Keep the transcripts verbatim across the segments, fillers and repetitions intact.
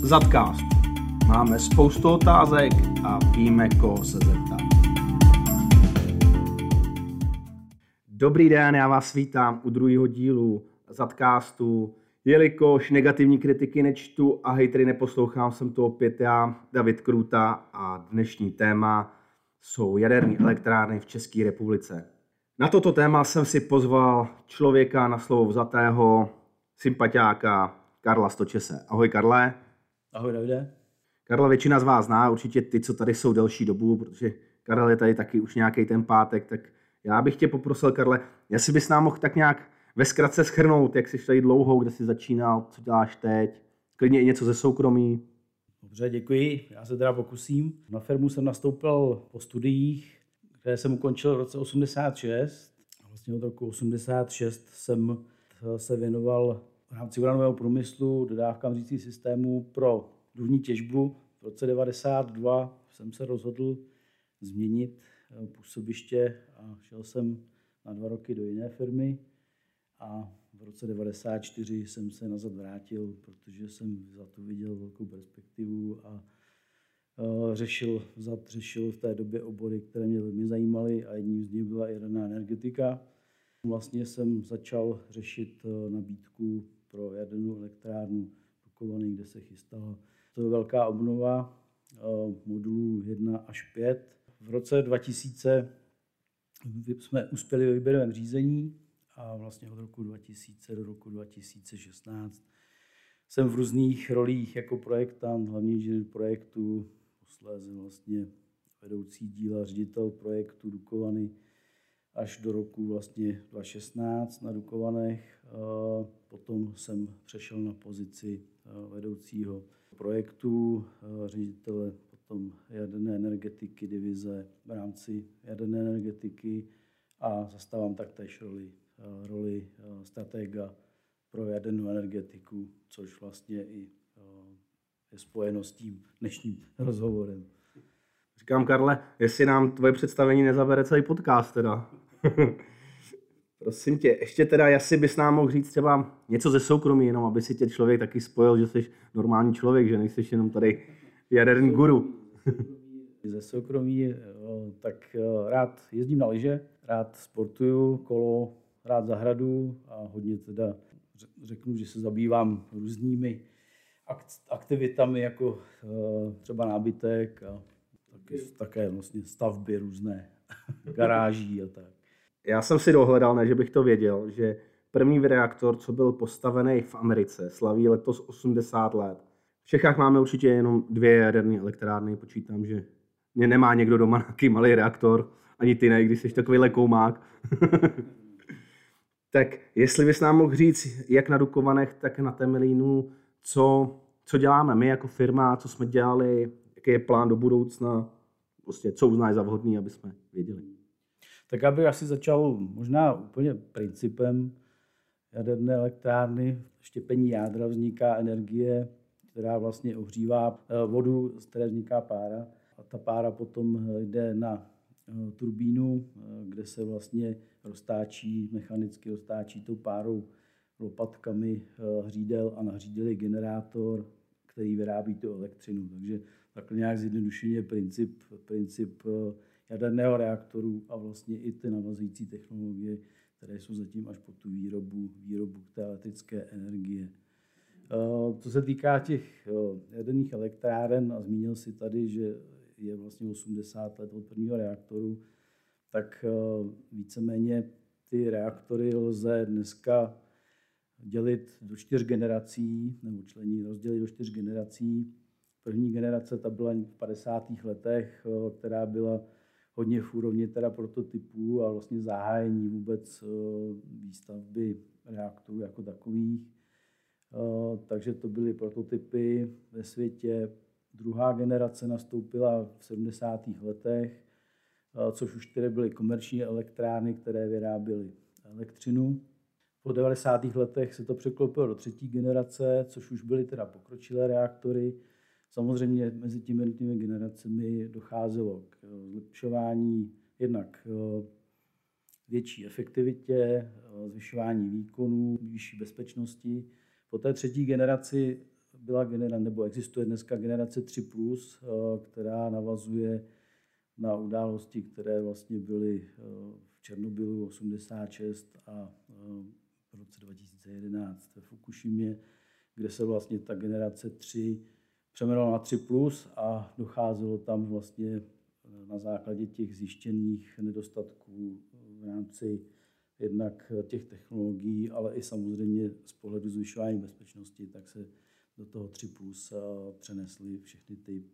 Zadcast. Máme spoustu otázek a víme, koho se zeptat. Dobrý den, já vás vítám u druhého dílu Zadcastu. Jelikož negativní kritiky nečtu a hejtry neposlouchám, jsem to opět já, David Krůta, a dnešní téma jsou jaderné elektrárny v České republice. Na toto téma jsem si pozval člověka na slovo vzatého, sympatiáka Karla Stočese. Ahoj, Karle. Ahoj, Davide. Karla většina z vás zná, určitě ty, co tady jsou delší dobu, protože Karel je tady taky už nějaký ten pátek, tak já bych tě poprosil, Karle, jestli bys nám mohl tak nějak ve zkratce shrnout, jak jsi tady dlouho, kde jsi začínal, co děláš teď, klidně i něco ze soukromí. Dobře, děkuji, já se teda pokusím. Na firmu jsem nastoupil po studiích, které jsem ukončil v roce osmdesát šest. Vlastně od roku osmdesát šest jsem se věnoval v rámci uranového průmyslu dodávkám řídících systémů pro důlní těžbu. V roce devadesát dva jsem se rozhodl změnit působiště a šel jsem na dva roky do jiné firmy. A v roce devadesát čtyři jsem se nazad vrátil, protože jsem za to viděl velkou perspektivu a řešil, vzad řešil v té době obory, které mě velmi zajímaly, a jedním z nich byla jaderná energetika. Vlastně jsem začal řešit nabídku pro jadernou elektrárnu Dukovany, kde se chystala. To je velká obnova modulů jedna až pět. V roce dva tisíce jsme uspěli ve výběrovém řízení a vlastně od roku dva tisíce do roku dva tisíce šestnáct jsem v různých rolích jako projektant, hlavní inženýr projektu, posléze vlastně vedoucí díla, ředitel projektu Dukovany až do roku vlastně dva tisíce šestnáct na Dukovanech. Potom jsem přešel na pozici vedoucího projektu, ředitele potom jaderné energetiky divize v rámci jaderné energetiky a zastávám taktéž roli roli stratega pro jadernou energetiku, což vlastně i je spojeno s tím dnešním rozhovorem. Říkám, Karle, jestli nám tvoje představení nezabere celý podcast teda. Prosím tě, ještě teda, jestli bys nám mohl říct třeba něco ze soukromí, jenom aby si tě člověk taky spojil, že jsi normální člověk, že nejsi jenom tady jaderný guru. Ze soukromí, tak rád jezdím na lyže, rád sportuju, kolo, rád zahradu a hodně teda řeknu, že se zabývám různými aktivitami, jako třeba nábytek a taky, také vlastně stavby různé, garáží a tak. Já jsem si dohledal, ne, že bych to věděl, že první reaktor, co byl postavený v Americe, slaví letos osmdesát let. V Čechách máme určitě jenom dvě jaderné elektrárny, počítám, že mě nemá někdo doma nějaký malý reaktor, ani ty ne, když jsi takovýhle koumák. Tak jestli bys nám mohl říct, jak na Dukovanech, tak na Temelínu, co, co děláme my jako firma, co jsme dělali, jaký je plán do budoucna, prostě co uznáš za vhodný, aby jsme věděli. Tak já bych asi začal možná úplně principem jaderné elektrárny. Štěpení jádra vzniká energie, která vlastně ohřívá vodu, z které vzniká pára. A ta pára potom jde na turbínu, kde se vlastně roztáčí, mechanicky roztáčí tou párou lopatkami hřídel a na hřídeli generátor, který vyrábí tu elektřinu. Takže takhle nějak zjednodušeně princip, princip jaderného reaktoru a vlastně i ty navazující technologie, které jsou zatím až po tu výrobu, výrobu té elektrické energie. Co se týká těch jaderných elektráren, a zmínil si tady, že je vlastně osmdesát let od prvního reaktoru, tak víceméně ty reaktory lze dneska dělit do čtyř generací, nebo člení rozdělit do čtyř generací. První generace ta byla v padesátých letech, která byla hodně v úrovni teda prototypů a vlastně zahájení vůbec výstavby reaktorů jako takových. Takže to byly prototypy ve světě. Druhá generace nastoupila v sedmdesátých letech, což už tedy byly komerční elektrárny, které vyráběly elektřinu. Po devadesátých letech se to překlopilo do třetí generace, což už byly teda pokročilé reaktory. Samozřejmě mezi těmi jednotlivými generacemi docházelo k zlepšování jednak větší efektivitě, zvyšování výkonů, vyšší bezpečnosti. Po té třetí generaci byla generace, nebo existuje dneska generace tři plus, která navazuje na události, které vlastně byly v Černobylu osmdesát šest a v roce dva tisíce jedenáct ve Fukushimě, kde se vlastně ta generace tři přeměnila na tři plus a docházelo tam vlastně na základě těch zjištěných nedostatků v rámci jednak těch technologií, ale i samozřejmě z pohledu zvyšování bezpečnosti, tak se do toho tři plus přenesly všechny ty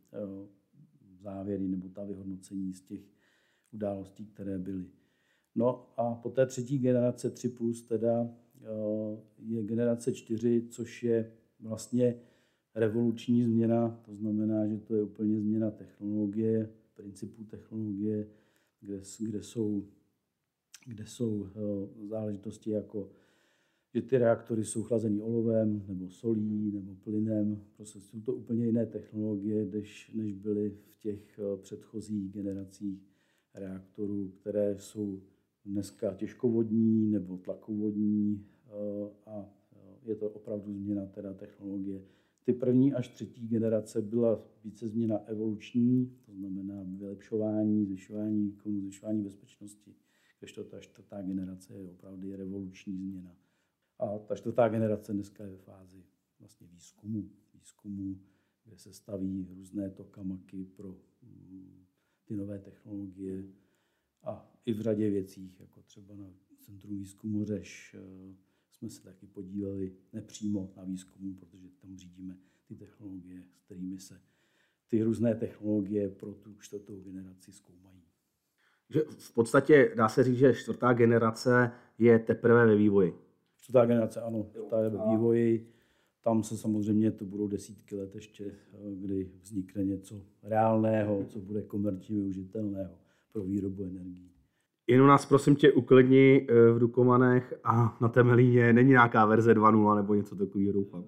závěry nebo ta vyhodnocení z těch událostí, které byly. No a po té třetí generace tři plus teda je generace čtyři, což je vlastně revoluční změna, to znamená, že to je úplně změna technologie, principů technologie, kde, kde jsou, kde jsou záležitosti jako, že ty reaktory jsou chlazeny olovem, nebo solí, nebo plynem. Prostě jsou to úplně jiné technologie, než, než byly v těch předchozích generacích reaktorů, které jsou dneska těžkovodní nebo tlakovodní a je to opravdu změna teda technologie. Ty první až třetí generace byla více změna evoluční, to znamená vylepšování, zvyšování výkonu, zvyšování bezpečnosti, kdežto ta čtvrtá generace je opravdu revoluční změna. A ta čtvrtá generace dneska je ve fázi vlastně výzkumu, výzkumu, kde se staví různé tokamaky pro ty nové technologie a i v řadě věcí, jako třeba na Centrum výzkumu Řeš, jsme se taky podíleli nepřímo na výzkumu, protože tam řídíme ty technologie, s kterými se ty různé technologie pro tu čtvrtou generaci zkoumají. Že v podstatě dá se říct, že čtvrtá generace je teprve ve vývoji. Čtvrtá generace, ano, ta je ve vývoji. Tam se samozřejmě to budou desítky let ještě, kdy vznikne něco reálného, co bude komerčně využitelného pro výrobu energií. Jenom nás prosím tě uklidni v Dukovanech a na Temelíně není nějaká verze dva tečka nula nebo něco takového, doufám.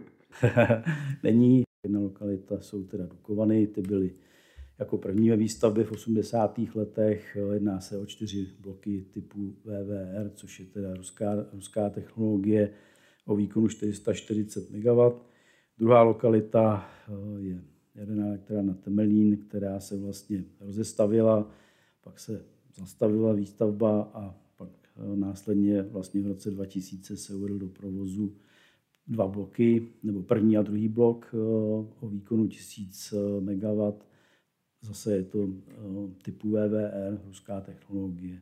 Není. Jedna lokalita jsou teda Dukovany, ty byly jako první ve výstavbě v osmdesátých letech. Jedná se o čtyři bloky typu V V R, což je teda ruská, ruská technologie o výkonu čtyři sta čtyřicet megawattů. Druhá lokalita je jaderná elektrárna Temelín, která se vlastně rozestavila, pak se zastavila výstavba a pak následně vlastně v roce dva tisíce se uvedl do provozu dva bloky, nebo první a druhý blok o výkonu tisíc megawattů. Zase je to typu V V R, ruská technologie.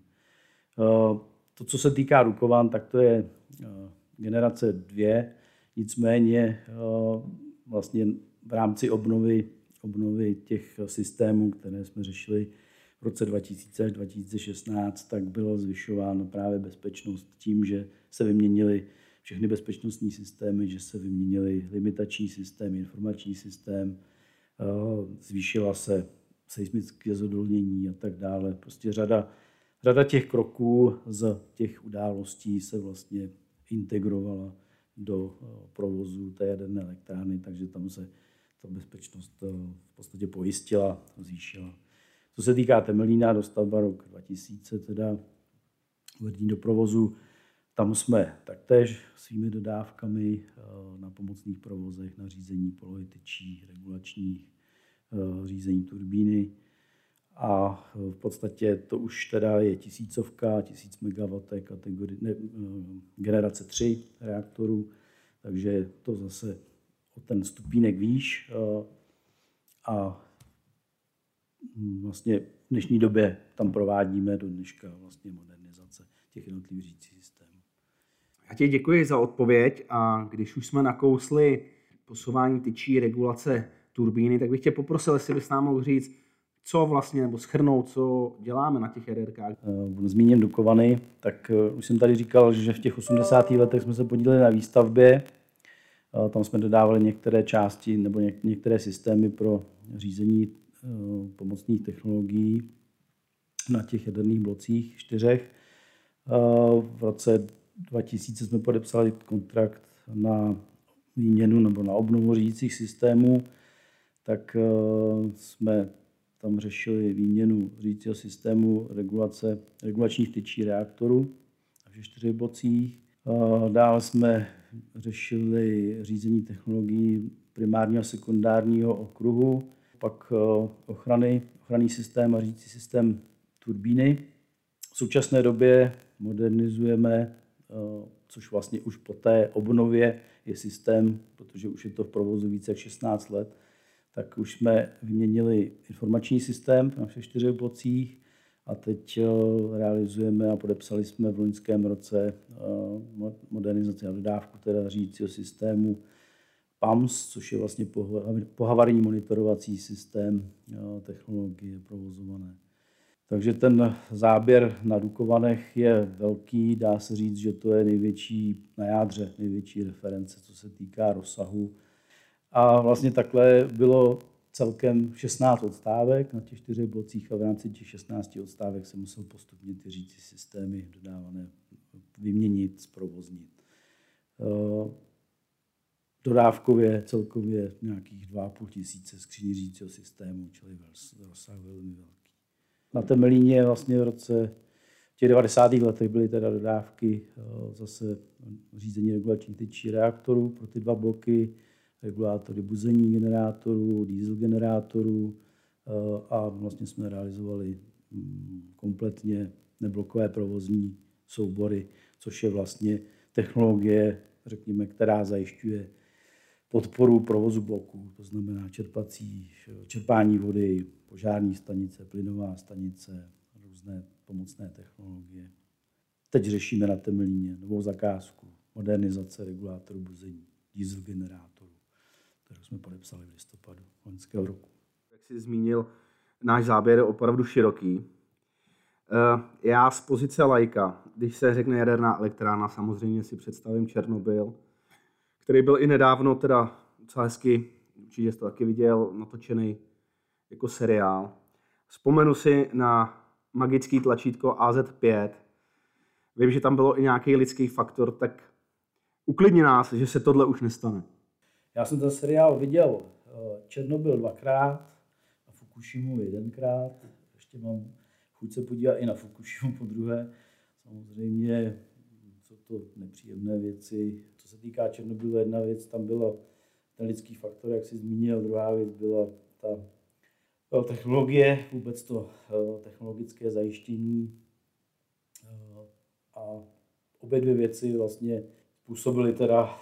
To, co se týká Dukovan, tak to je generace dvě, nicméně vlastně v rámci obnovy, obnovy těch systémů, které jsme řešili v roce dva tisíce až dva tisíce šestnáct, tak bylo zvyšováno právě bezpečnost tím, že se vyměnily všechny bezpečnostní systémy, že se vyměnily limitační systém, informační systém, zvýšila se seismické zodolnění a tak dále. Prostě řada, řada těch kroků z těch událostí se vlastně integrovala do provozu té jaderné elektrárny, takže tam se ta bezpečnost v podstatě pojistila, zvýšila. Co se týká Temelína, dostavba rok dva tisíce, teda uvedení do provozu, tam jsme taktéž svými dodávkami na pomocných provozech, na řízení polohy tyčí, regulačních, řízení turbíny. A v podstatě to už teda je tisícovka, tisíc megawattů kategorie, ne, generace tři reaktorů, takže to zase o ten stupínek výš. A vlastně v dnešní době tam provádíme do dneška vlastně modernizace těch jednotlivých řídících systémů. Já ti děkuji za odpověď a když už jsme nakousli posouvání tyčí, regulace turbíny, tak bych tě poprosil, jestli bys nám mohl říct, co vlastně, nebo shrnout, co děláme na těch jaderkách. Zmíním Dukovany, tak už jsem tady říkal, že v těch osmdesátých letech jsme se podíleli na výstavbě. Tam jsme dodávali některé části nebo některé systémy pro řízení pomocných technologií na těch jaderných blocích čtyřech. V roce dva tisíce jsme podepsali kontrakt na výměnu nebo na obnovu řídících systémů, tak jsme tam řešili výměnu řídícího systému regulace, regulačních tyčí reaktorů na všech čtyřech blocích. Dále jsme řešili řízení technologií primárního a sekundárního okruhu, pak ochrany, ochranný systém a řídící systém turbíny. V současné době modernizujeme, což vlastně už po té obnově je systém, protože už je to v provozu více jak šestnáct let, tak už jsme vyměnili informační systém na všech čtyřech blocích a teď realizujeme a podepsali jsme v loňském roce modernizaci a dodávku teda řídícího systému P A M S, což je vlastně pohavarijní monitorovací systém technologie provozované. Takže ten záběr na Dukovanech je velký, dá se říct, že to je největší na jádře, největší reference, co se týká rozsahu. A vlastně takhle bylo celkem šestnáct odstávek na těch čtyřech blocích a v rámci těch šestnácti odstávek se musel postupně ty řídící systémy dodávané vyměnit, zprovoznit. Dodávkově celkově nějakých dva a půl tisíce skříní řídícího systému, čili rozsah velmi velký. Na Temelíně vlastně v roce v těch devadesátých letech byly teda dodávky zase řízení regulačních tyčí reaktorů pro ty dva bloky, regulátory buzení generátorů, diesel generátorů a vlastně jsme realizovali kompletně neblokové provozní soubory, což je vlastně technologie, řekněme, která zajišťuje podporu provozu bloků, to znamená čerpací, čerpání vody, požární stanice, plynová stanice, různé pomocné technologie. Teď řešíme na Temelíně novou zakázku, modernizace regulátorů buzení, diesel generátorů, kterou jsme podepsali v listopadu loňského roku. Jak jsi zmínil, náš záběr je opravdu široký. Já z pozice laika, když se řekne jaderná elektrárna, samozřejmě si představím Černobyl, který byl i nedávno teda docela hezky, určitě jsi to taky viděl, natočený jako seriál. Vzpomenu si na magický tlačítko A Z pět. Vím, že tam bylo i nějaký lidský faktor, tak uklidni nás, že se tohle už nestane. Já jsem ten seriál viděl Černobyl dvakrát a Fukushimu jedenkrát. Ještě mám chuť se podívat i na Fukushimu po druhé. Samozřejmě jsou to nepříjemné věci. Co se týká Černobylu, jedna věc, tam byla ten lidský faktor, jak jsi zmínil, druhá věc byla ta technologie, vůbec to technologické zajištění. A obě dvě věci vlastně způsobily teda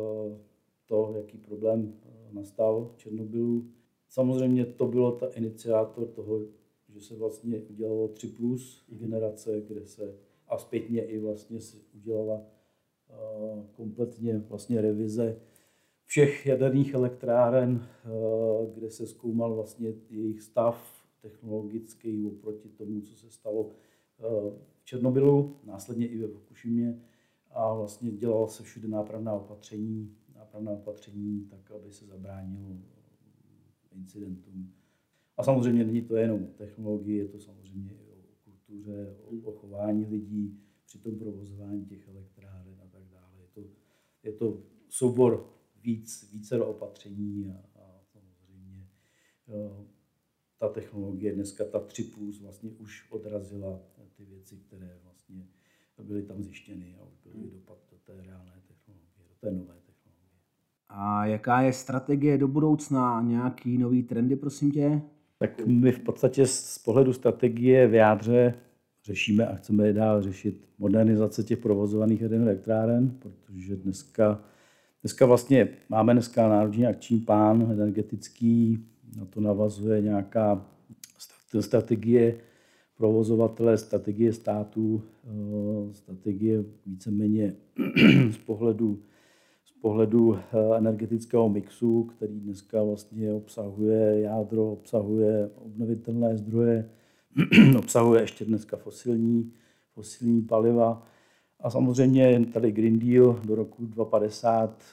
to, jaký problém nastal v Černobylu. Samozřejmě to bylo ta iniciátor toho, že se vlastně udělalo tři plus generace, kde se a zpětně i vlastně se udělala kompletně vlastně revize všech jaderných elektráren, kde se zkoumal vlastně jejich stav technologický oproti tomu, co se stalo v Černobylu, následně i ve Fukushimě, a vlastně dělalo se všude nápravná opatření, nápravná opatření tak, aby se zabránilo incidentům. A samozřejmě není to jenom o technologii, je to samozřejmě i o kultuře, o chování lidí při tom provozování těch elektráren a tak dále. Je to, je to soubor víc, více opatření a, a samozřejmě ta technologie dneska, ta tři plus, vlastně už odrazila ty věci, které vlastně byly tam zjištěny a už byly dopad do té reálné technologie, do té nové technologie. A jaká je strategie do budoucna? Nějaký nový trendy, prosím tě? Tak my v podstatě z pohledu strategie v jádře řešíme a chceme je dál řešit modernizace těch provozovaných jaderných elektráren, protože dneska, dneska vlastně máme dneska národní akční plán energetický, na to navazuje nějaká strategie provozovatele, strategie států, strategie víceméně z pohledu, z pohledu energetického mixu, který dneska vlastně obsahuje jádro, obsahuje obnovitelné zdroje, obsahuje ještě dneska fosilní, fosilní paliva. A samozřejmě tady Green Deal do roku dva tisíce padesát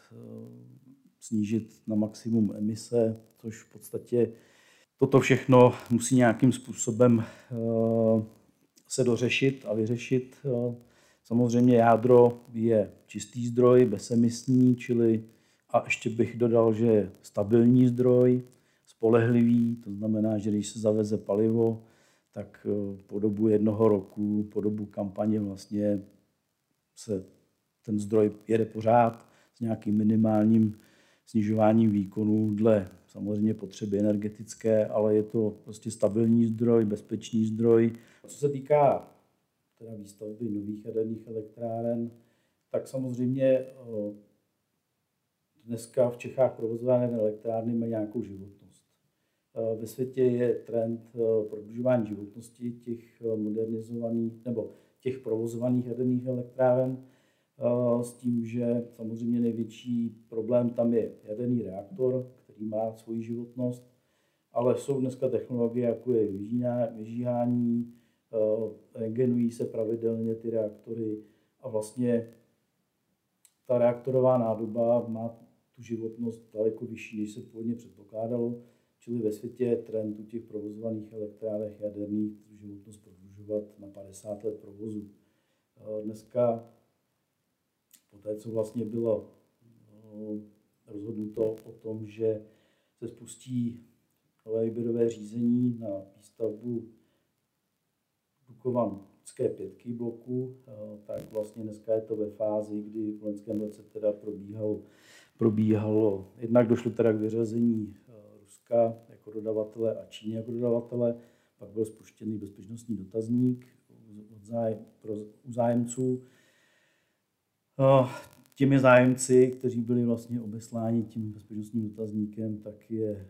snížit na maximum emise, což v podstatě toto všechno musí nějakým způsobem se dořešit a vyřešit. Samozřejmě jádro je čistý zdroj, bezemisní, čili a ještě bych dodal, že je stabilní zdroj, spolehlivý, to znamená, že když se zaveze palivo, tak po dobu jednoho roku, po dobu kampaně vlastně se ten zdroj jede pořád s nějakým minimálním snižováním výkonu dle samozřejmě potřeby energetické, ale je to prostě stabilní zdroj, bezpečný zdroj. Co se týká teda výstavby nových jaderných elektráren, tak samozřejmě dneska v Čechách provozované elektrárny mají nějakou životnost. Ve světě je trend prodlužování životnosti těch modernizovaných nebo těch provozovaných jaderných elektráren s tím, že samozřejmě největší problém tam je jaderný reaktor, který má svoji životnost, ale jsou dneska technologie, jako je vyžíhání, regenerují se pravidelně ty reaktory a vlastně ta reaktorová nádoba má tu životnost daleko vyšší, než se původně předpokládalo, čili ve světě je trend u těch provozovaných elektrárech jaderných tu životnost prodlužovat na padesát let provozu. Dneska, poté co vlastně bylo rozhodnuto o tom, že se spustí nové výběrové řízení na výstavbu Dukovanské pětky bloku, tak vlastně dneska je to ve fázi, kdy v loňském roce teda probíhalo, probíhalo, jednak došlo teda k vyřazení Ruska jako dodavatele a Číny jako dodavatele, pak byl spuštěný bezpečnostní dotazník od zájem, pro, u zájemců. Těmi zájemci, kteří byli vlastně obesláni tím bezpečnostním dotazníkem, tak je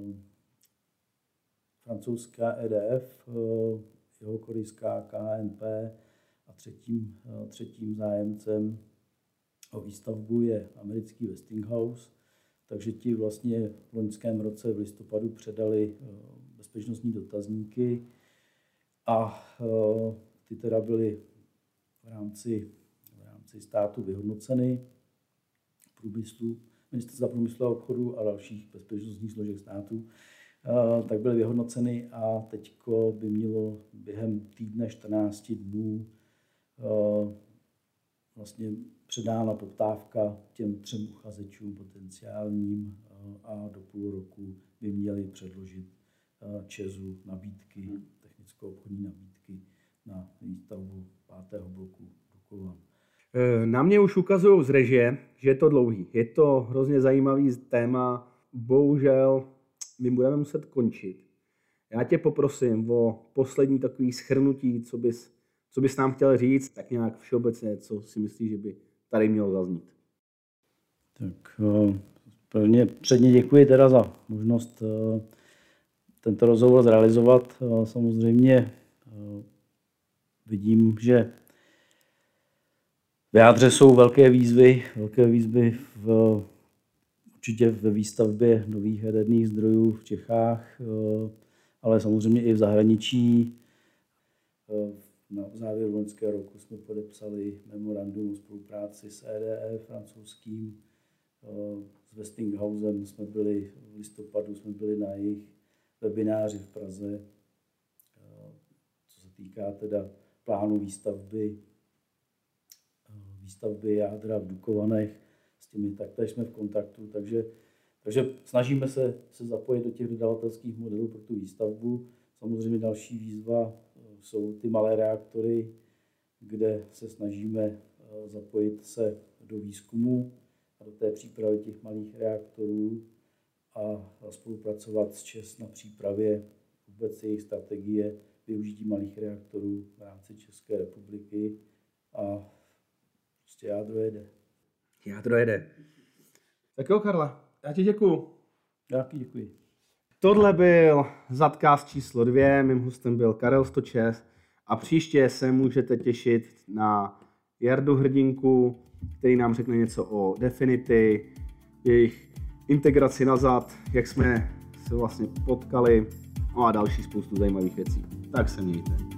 francouzská E D F, jeho korejská K H N P a třetím, třetím zájemcem o výstavbu je americký Westinghouse. Takže ti vlastně v loňském roce v listopadu předali bezpečnostní dotazníky a ty teda byly v rámci, v rámci státu vyhodnoceny průmyslu, Ministerstva průmyslu a obchodu a dalších bezpečnostních složek státu, tak byly vyhodnoceny a teďko by mělo během týdne čtrnácti dnů vlastně předána poptávka těm třem uchazečům potenciálním a do půl roku by měli předložit ČEZu nabídky, technicko-obchodní nabídky na výstavbu pátého bloku Dukovan. Na mě už ukazují z režie, že je to dlouhý. Je to hrozně zajímavý téma. Bohužel my budeme muset končit. Já tě poprosím o poslední takový shrnutí, co bys, co bys nám chtěl říct, tak nějak všeobecně, co si myslíš, že by tady mělo zaznít. Tak prvně předně děkuji teda za možnost tento rozhovor zrealizovat. Samozřejmě vidím, že v jádře jsou velké výzvy, velké výzvy v, určitě ve výstavbě nových jaderných zdrojů v Čechách, ale samozřejmě i v zahraničí. Na závěru loňského roku jsme podepsali memorandum o spolupráci s E D F francouzským. S Westinghousem jsme byli v listopadu, jsme byli na jejich webináři v Praze, co se týká teda plánu výstavby, výstavby jádra v Dukovanech. S těmi taktéž jsme v kontaktu, takže, takže snažíme se, se zapojit do těch dodavatelských modelů pro tu výstavbu. Samozřejmě další výzva jsou ty malé reaktory, kde se snažíme zapojit se do výzkumu a do té přípravy těch malých reaktorů a spolupracovat s ČEZ na přípravě vůbec jejich strategie využití malých reaktorů v rámci České republiky a prostě jádro jede. Jádro jede. Tak jo, Karla, já ti děkuju. Já ti děkuji. Tohle byl Zadcast číslo dvě, mým hostem byl Karel Stočes a příště se můžete těšit na Jardu Hrdinku, který nám řekne něco o Definity, jejich integraci nazad, jak jsme se vlastně potkali, no a další spoustu zajímavých věcí. Tak se mějte.